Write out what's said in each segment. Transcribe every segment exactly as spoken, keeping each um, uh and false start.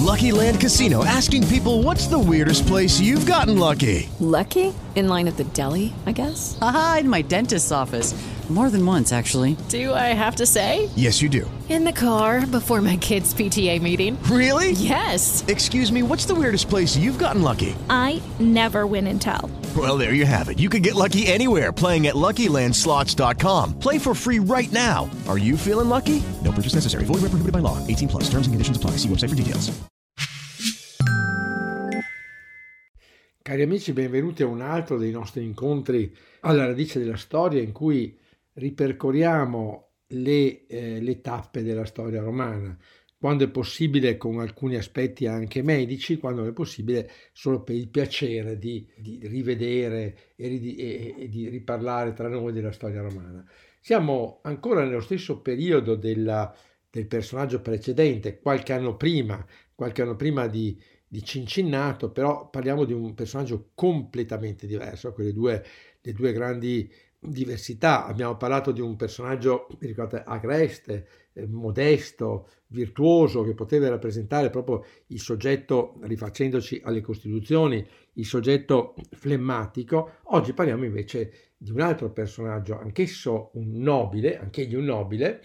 Lucky Land Casino, asking people, what's the weirdest place you've gotten lucky? Lucky? In line at the deli, I guess? Aha, in my dentist's office. More than once, actually. Do I have to say? Yes, you do. In the car before my kids' P T A meeting. Really? Yes. Excuse me, what's the weirdest place you've gotten lucky? I never win and tell. Well, there you have it. You can get lucky anywhere, playing at Lucky Land Slots dot com. Play for free right now. Are you feeling lucky? No purchase necessary. Void where prohibited by law. eighteen plus. Terms and conditions apply. See website for details. Cari amici, benvenuti a un altro dei nostri incontri alla radice della storia, in cui ripercorriamo le, eh, le tappe della storia romana, quando è possibile con alcuni aspetti anche medici, quando è possibile solo per il piacere di, di rivedere e, ri, e, e di riparlare tra noi della storia romana. Siamo ancora nello stesso periodo della, del personaggio precedente, qualche anno prima, qualche anno prima di, di Cincinnato, però parliamo di un personaggio completamente diverso, quelle due, le due grandi diversità. Abbiamo parlato di un personaggio, mi ricordate, agreste, eh, modesto, virtuoso, che poteva rappresentare proprio il soggetto, rifacendoci alle Costituzioni, il soggetto flemmatico. Oggi parliamo invece di un altro personaggio, anch'esso un nobile, anch'egli un nobile,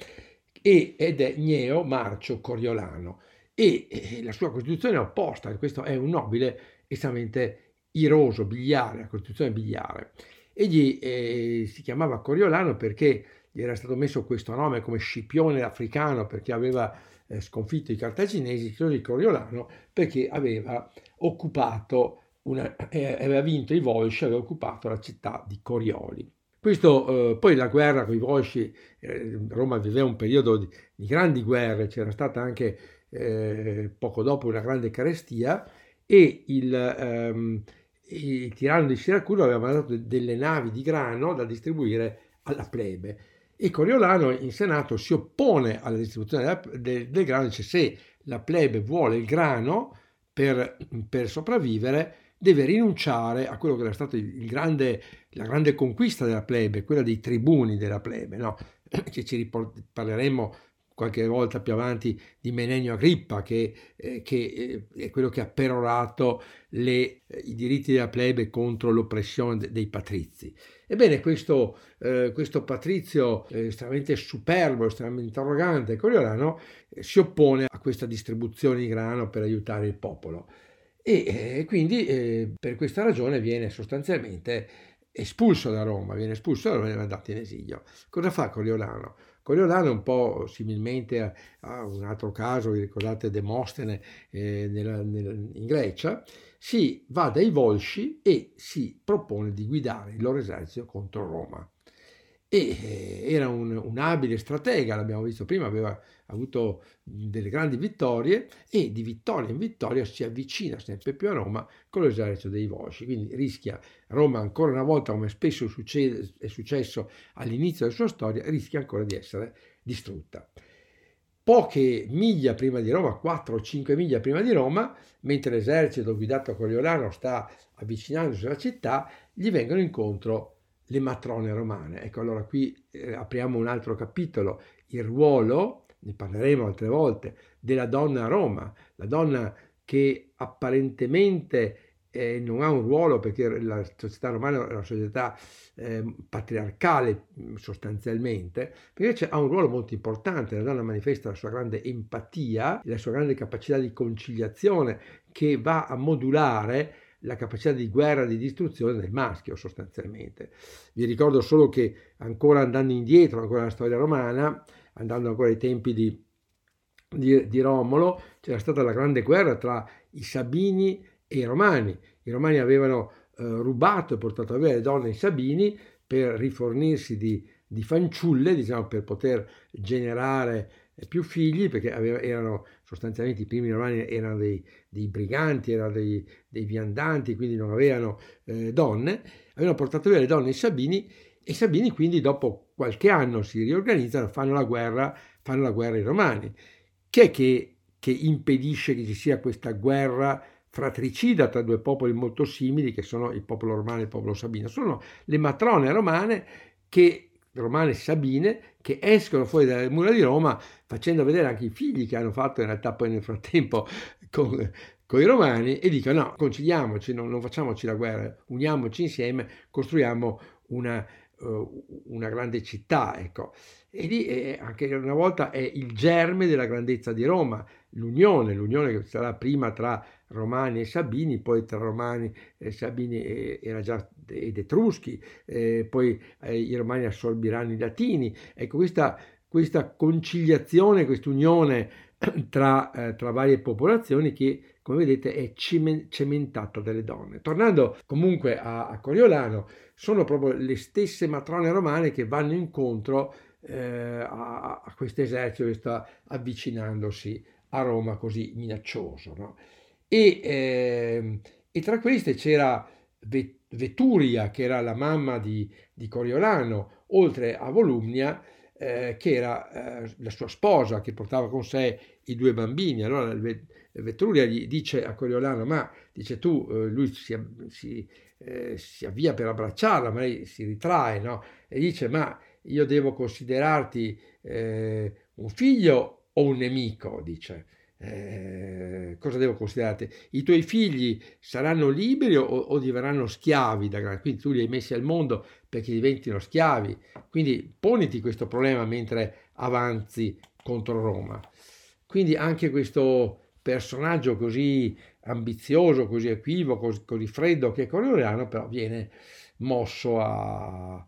e, ed è Gneo Marcio Coriolano. E, e la sua Costituzione è opposta, questo è un nobile estremamente iroso, bigliare, la Costituzione bigliare. Egli eh, si chiamava Coriolano perché gli era stato messo questo nome come Scipione africano, perché aveva eh, sconfitto i cartaginesi, di Coriolano perché aveva occupato, una, eh, aveva vinto i Volsci, aveva occupato la città di Corioli. Questo, eh, poi la guerra con i Volsci, eh, Roma viveva un periodo di, di grandi guerre, c'era stata anche eh, poco dopo una grande carestia, e il... Ehm, il tiranno di Siracusa aveva mandato delle navi di grano da distribuire alla plebe, e Coriolano in Senato si oppone alla distribuzione della, del, del grano, dice: se la plebe vuole il grano per, per sopravvivere, deve rinunciare a quello che era stato il, il grande, la grande conquista della plebe, quella dei tribuni della plebe, no? Che ci riport- parleremo qualche volta più avanti di Menenio Agrippa, che, eh, che eh, è quello che ha perorato le, eh, i diritti della plebe contro l'oppressione de- dei patrizi. Ebbene, questo, eh, questo patrizio eh, estremamente superbo, estremamente arrogante, Coriolano, eh, si oppone a questa distribuzione di grano per aiutare il popolo, e eh, quindi eh, per questa ragione viene sostanzialmente espulso da Roma, viene espulso da Roma e viene mandato in esilio. Cosa fa Coriolano? Coriolano, un po' similmente a, a un altro caso, vi ricordate Demostene eh, nella, nella, in Grecia, si va dai Volsci e si propone di guidare il loro esercito contro Roma. E eh, era un, un abile stratega, l'abbiamo visto prima, aveva avuto delle grandi vittorie, e di vittoria in vittoria si avvicina sempre più a Roma con l'esercito dei Volsci, quindi rischia Roma ancora una volta, come spesso succede, è successo all'inizio della sua storia, rischia ancora di essere distrutta. Poche miglia prima di Roma, quattro o cinque miglia prima di Roma, mentre l'esercito guidato da Coriolano sta avvicinandosi alla città, gli vengono incontro le matrone romane. Ecco, allora qui eh, apriamo un altro capitolo, il ruolo, ne parleremo altre volte, della donna a Roma, la donna che apparentemente eh, non ha un ruolo, perché la società romana è una società eh, patriarcale sostanzialmente, invece ha un ruolo molto importante. La donna manifesta la sua grande empatia, la sua grande capacità di conciliazione, che va a modulare la capacità di guerra, di distruzione del maschio sostanzialmente. Vi ricordo solo che, ancora andando indietro, ancora nella storia romana, andando ancora ai tempi di, di, di Romolo, c'era stata la grande guerra tra i Sabini e i Romani. I Romani avevano eh, rubato e portato via le donne ai Sabini per rifornirsi di, di fanciulle, diciamo, per poter generare più figli, perché aveva, erano sostanzialmente, i primi romani erano dei, dei briganti, erano dei, dei viandanti, quindi non avevano eh, donne, avevano portato via le donne ai Sabini, e i Sabini quindi dopo qualche anno si riorganizzano, fanno la guerra, fanno la guerra ai Romani. Che è che, che impedisce che ci sia questa guerra fratricida tra due popoli molto simili, che sono il popolo romano e il popolo sabino? Sono le matrone romane, che romane sabine, che escono fuori dalle mura di Roma facendo vedere anche i figli che hanno fatto in realtà poi nel frattempo con, con i romani e dicono no, conciliamoci, non, non facciamoci la guerra, uniamoci insieme, costruiamo una, uh, una grande città, ecco. E lì è, anche una volta è il germe della grandezza di Roma, l'unione, l'unione che sarà prima tra Romani e Sabini, poi tra Romani e Sabini e, era già ed Etruschi, eh, poi eh, i Romani assorbiranno i Latini. Ecco, questa, questa conciliazione, questa unione tra, eh, tra varie popolazioni che, come vedete, è cementata dalle donne. Tornando comunque a, a Coriolano, sono proprio le stesse matrone romane che vanno incontro eh, a, a questo esercito che sta avvicinandosi a Roma così minaccioso, no? E, eh, e tra queste c'era Veturia, che era la mamma di, di Coriolano, oltre a Volumnia, eh, che era eh, la sua sposa, che portava con sé i due bambini. Allora Veturia gli dice a Coriolano, ma dice tu, eh, lui si, si, eh, si avvia per abbracciarla, ma lei si ritrae, no? E dice, ma io devo considerarti eh, un figlio o un nemico, dice. Eh, cosa devo considerarti? I tuoi figli saranno liberi o, o diverranno schiavi da grandi? Quindi tu li hai messi al mondo perché diventino schiavi. Quindi poniti questo problema mentre avanzi contro Roma. Quindi anche questo personaggio così ambizioso, così equivoco, così, così freddo che è Coriolano, però viene mosso a...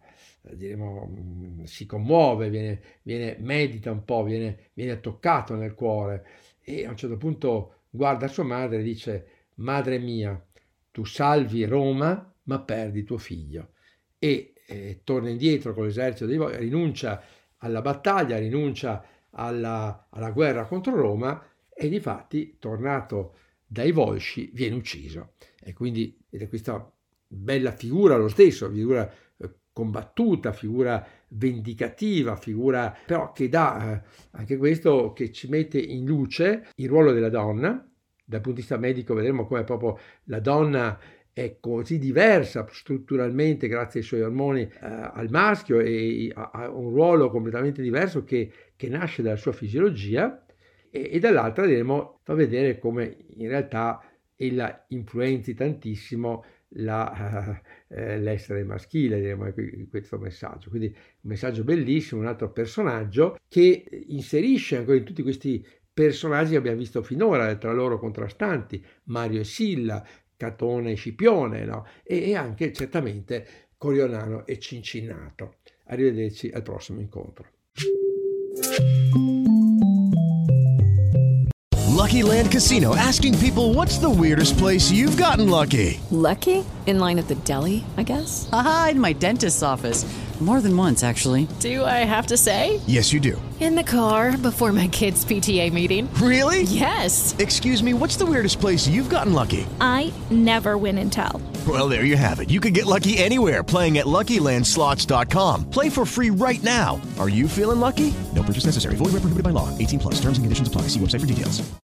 diremo, si commuove, viene, viene medita un po', viene, viene toccato nel cuore. E a un certo punto guarda sua madre e dice, madre mia, tu salvi Roma ma perdi tuo figlio. E eh, torna indietro con l'esercito dei Volsci, rinuncia alla battaglia, rinuncia alla, alla guerra contro Roma e difatti, tornato dai Volsci, viene ucciso. E quindi ed è questa bella figura lo stesso, figura eh, combattuta, figura vendicativa, figura però che dà eh, anche questo, che ci mette in luce il ruolo della donna. Dal punto di vista medico vedremo come proprio la donna è così diversa strutturalmente grazie ai suoi ormoni eh, al maschio e ha, ha un ruolo completamente diverso che, che nasce dalla sua fisiologia, e, e dall'altra vedremo, fa vedere come in realtà ella influenzi tantissimo La, eh, l'essere maschile, diremo, in questo messaggio. Quindi un messaggio bellissimo, un altro personaggio che inserisce ancora in tutti questi personaggi che abbiamo visto finora, tra loro contrastanti, Mario e Silla, Catone e Scipione, no? e, e anche certamente Coriolano e Cincinnato. Arrivederci al prossimo incontro. Lucky Land Casino, asking people, what's the weirdest place you've gotten lucky? Lucky? In line at the deli, I guess? Aha, in my dentist's office. More than once, actually. Do I have to say? Yes, you do. In the car before my kids' P T A meeting. Really? Yes. Excuse me, what's the weirdest place you've gotten lucky? I never win and tell. Well, there you have it. You can get lucky anywhere, playing at Lucky Land Slots dot com. Play for free right now. Are you feeling lucky? No purchase necessary. Void where prohibited by law. eighteen plus. Terms and conditions apply. See website for details.